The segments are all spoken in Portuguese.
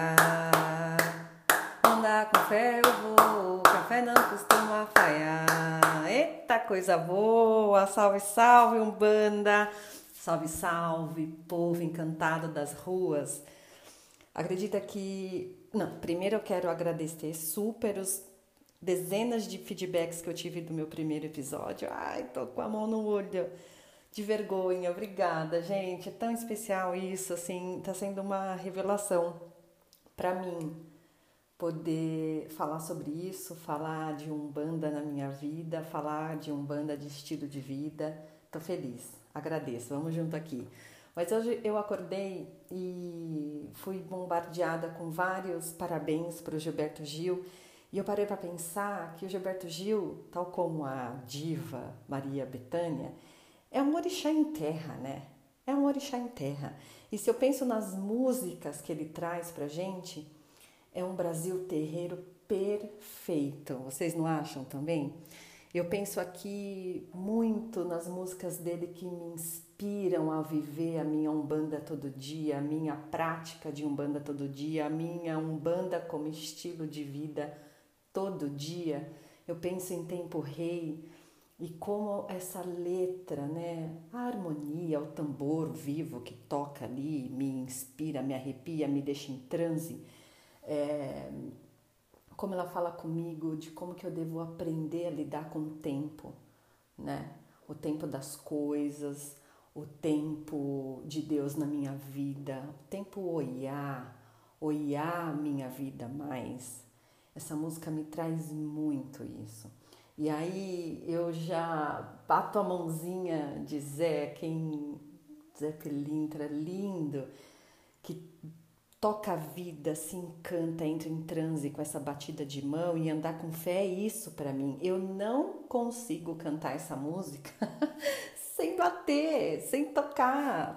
Andar com fé eu vou, café não costuma falhar. Eita, coisa boa! Salve, salve, Umbanda! Salve, salve, povo encantado das ruas! Acredita que... Não, primeiro eu quero agradecer super os dezenas de feedbacks que eu tive do meu primeiro episódio. Ai, tô com a mão no olho de vergonha. Obrigada, gente. É tão especial isso, assim, tá sendo uma revelação pra mim poder falar sobre isso, falar de Umbanda na minha vida, falar de Umbanda de estilo de vida. Tô feliz, agradeço, vamos junto aqui. Mas hoje eu acordei e fui bombardeada com vários parabéns para o Gilberto Gil. E eu parei para pensar que o Gilberto Gil, tal como a diva Maria Bethânia, é um orixá em terra, né? É um orixá em terra. E se eu penso nas músicas que ele traz pra gente, é um Brasil terreiro perfeito. Vocês não acham também? Eu penso aqui muito nas músicas dele que me inspiram a viver a minha Umbanda todo dia, a minha prática de Umbanda todo dia, a minha Umbanda como estilo de vida todo dia. Eu penso em Tempo Rei e como essa letra, né, a harmonia, o tambor vivo que toca ali me inspira, me arrepia, me deixa em transe. Como ela fala comigo de como que eu devo aprender a lidar com o tempo, né? O tempo das coisas, o tempo de Deus na minha vida, o tempo olhar a minha vida mais. Essa música me traz muito isso. E aí eu já bato a mãozinha de Zé Pilintra, lindo, que toca a vida, se encanta, entra em transe com essa batida de mão e andar com fé é isso pra mim. Eu não consigo cantar essa música sem bater, sem tocar.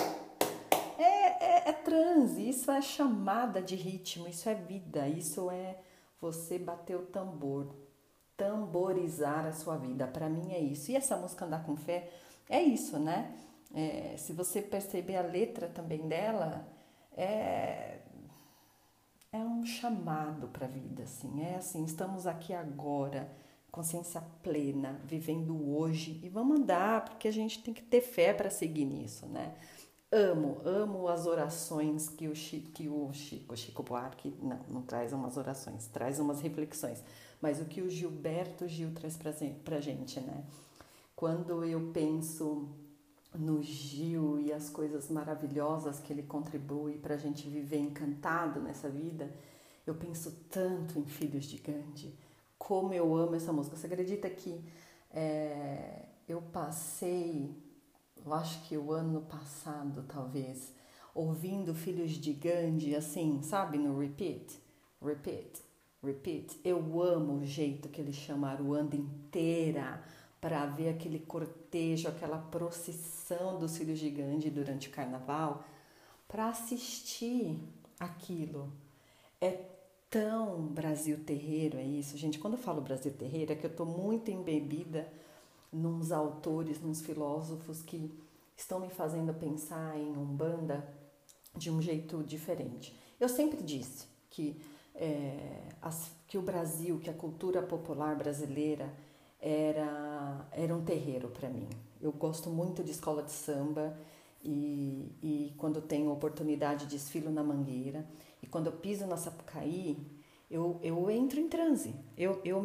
É transe, isso é chamada de ritmo, isso é vida, isso é você bater o tambor, tamborizar a sua vida. Pra mim é isso. E essa música Andar com Fé é isso, né? Se você perceber a letra também dela, é, é um chamado para a vida, assim. É assim, estamos aqui agora, consciência plena, vivendo hoje e vamos andar, porque a gente tem que ter fé para seguir nisso, né? Amo as orações que Chico Buarque, não traz umas orações, traz umas reflexões, mas o que o Gilberto Gil traz pra gente, né? Quando eu penso no Gil e as coisas maravilhosas que ele contribui para a gente viver encantado nessa vida, eu penso tanto em Filhos de Gandhi, como eu amo essa música. Você acredita que eu passei, eu acho que o ano passado talvez, ouvindo Filhos de Gandhi assim, sabe, no repeat, repeat, repeat. Eu amo o jeito que ele chama a Ruanda inteira para ver aquele cortejo, aquela procissão dos Filhos de Gandhi durante o carnaval, para assistir aquilo. É tão Brasil terreiro, é isso, gente. Quando eu falo Brasil terreiro, é que eu estou muito embebida nos autores, nos filósofos que estão me fazendo pensar em Umbanda de um jeito diferente. Eu sempre disse que, que o Brasil, que a cultura popular brasileira era um terreiro para mim. Eu gosto muito de escola de samba e quando tenho oportunidade desfilo na Mangueira. E quando eu piso na Sapucaí, eu entro em transe. Eu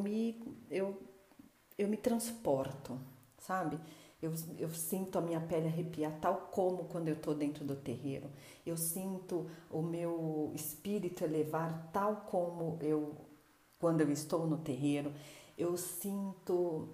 me transporto, sabe? Eu sinto a minha pele arrepiar, tal como quando eu estou dentro do terreiro. Eu sinto o meu espírito elevar, tal como quando eu estou no terreiro. Eu sinto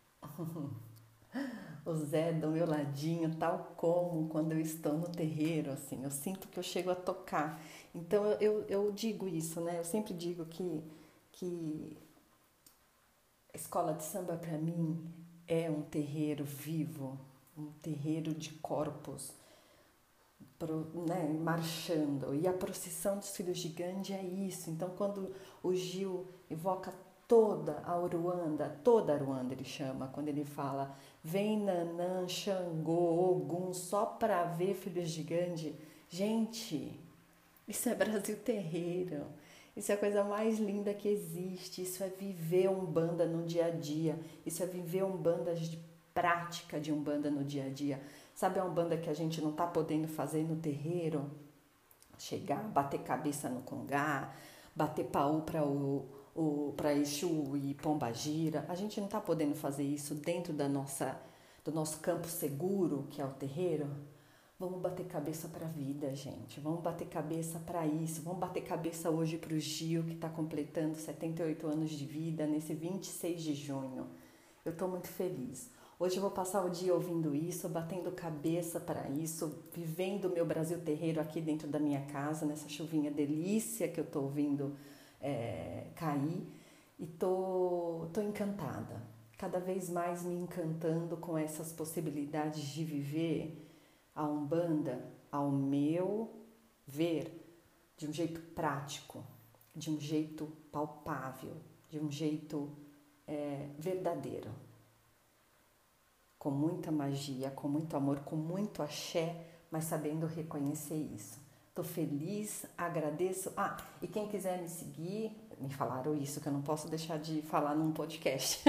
o Zé do meu ladinho, tal como quando eu estou no terreiro, assim. Eu sinto que eu chego a tocar. Então eu digo isso, né? Eu sempre digo que a escola de samba para mim é um terreiro vivo, um terreiro de corpos, né, marchando. E a procissão dos Filhos de Gandhi é isso. Então quando o Gil evoca toda a Ruanda ele chama, quando ele fala vem Nanã, Xangô, Ogum, só para ver Filhos de Gandhi. Gente, Isso é Brasil terreiro. Isso é a coisa mais linda que existe. Isso é viver Umbanda no dia a dia. Isso é viver Umbanda de prática de Umbanda no dia a dia. Sabe a Umbanda que a gente não tá podendo fazer no terreiro? Chegar, bater cabeça no congá, bater paú para Exu e Pombagira. A gente não tá podendo fazer isso dentro do nosso campo seguro, que é o terreiro. Vamos bater cabeça para a vida, gente. Vamos bater cabeça para isso. Vamos bater cabeça hoje para o Gil, que está completando 78 anos de vida, nesse 26 de junho. Eu estou muito feliz. Hoje eu vou passar o dia ouvindo isso, batendo cabeça para isso, vivendo o meu Brasil terreiro aqui dentro da minha casa, nessa chuvinha delícia que eu estou ouvindo cair. E tô encantada. Cada vez mais me encantando com essas possibilidades de viver a Umbanda, ao meu ver, de um jeito prático, de um jeito palpável, de um jeito verdadeiro, com muita magia, com muito amor, com muito axé, mas sabendo reconhecer isso. Estou feliz, agradeço. E quem quiser me seguir, me falaram isso, que eu não posso deixar de falar num podcast.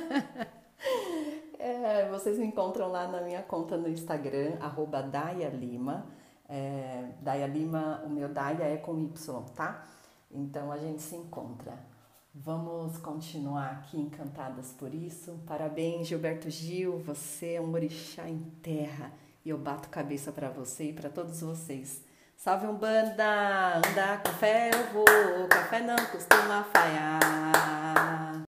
Vocês me encontram lá na minha conta no Instagram, @DaiaLima. Daia Lima, o meu Daia é com Y, tá? Então a gente se encontra. Vamos continuar aqui encantadas por isso. Parabéns, Gilberto Gil, você é um orixá em terra. E eu bato cabeça para você e para todos vocês. Salve Umbanda! Andar com fé eu vou, café não costuma falhar.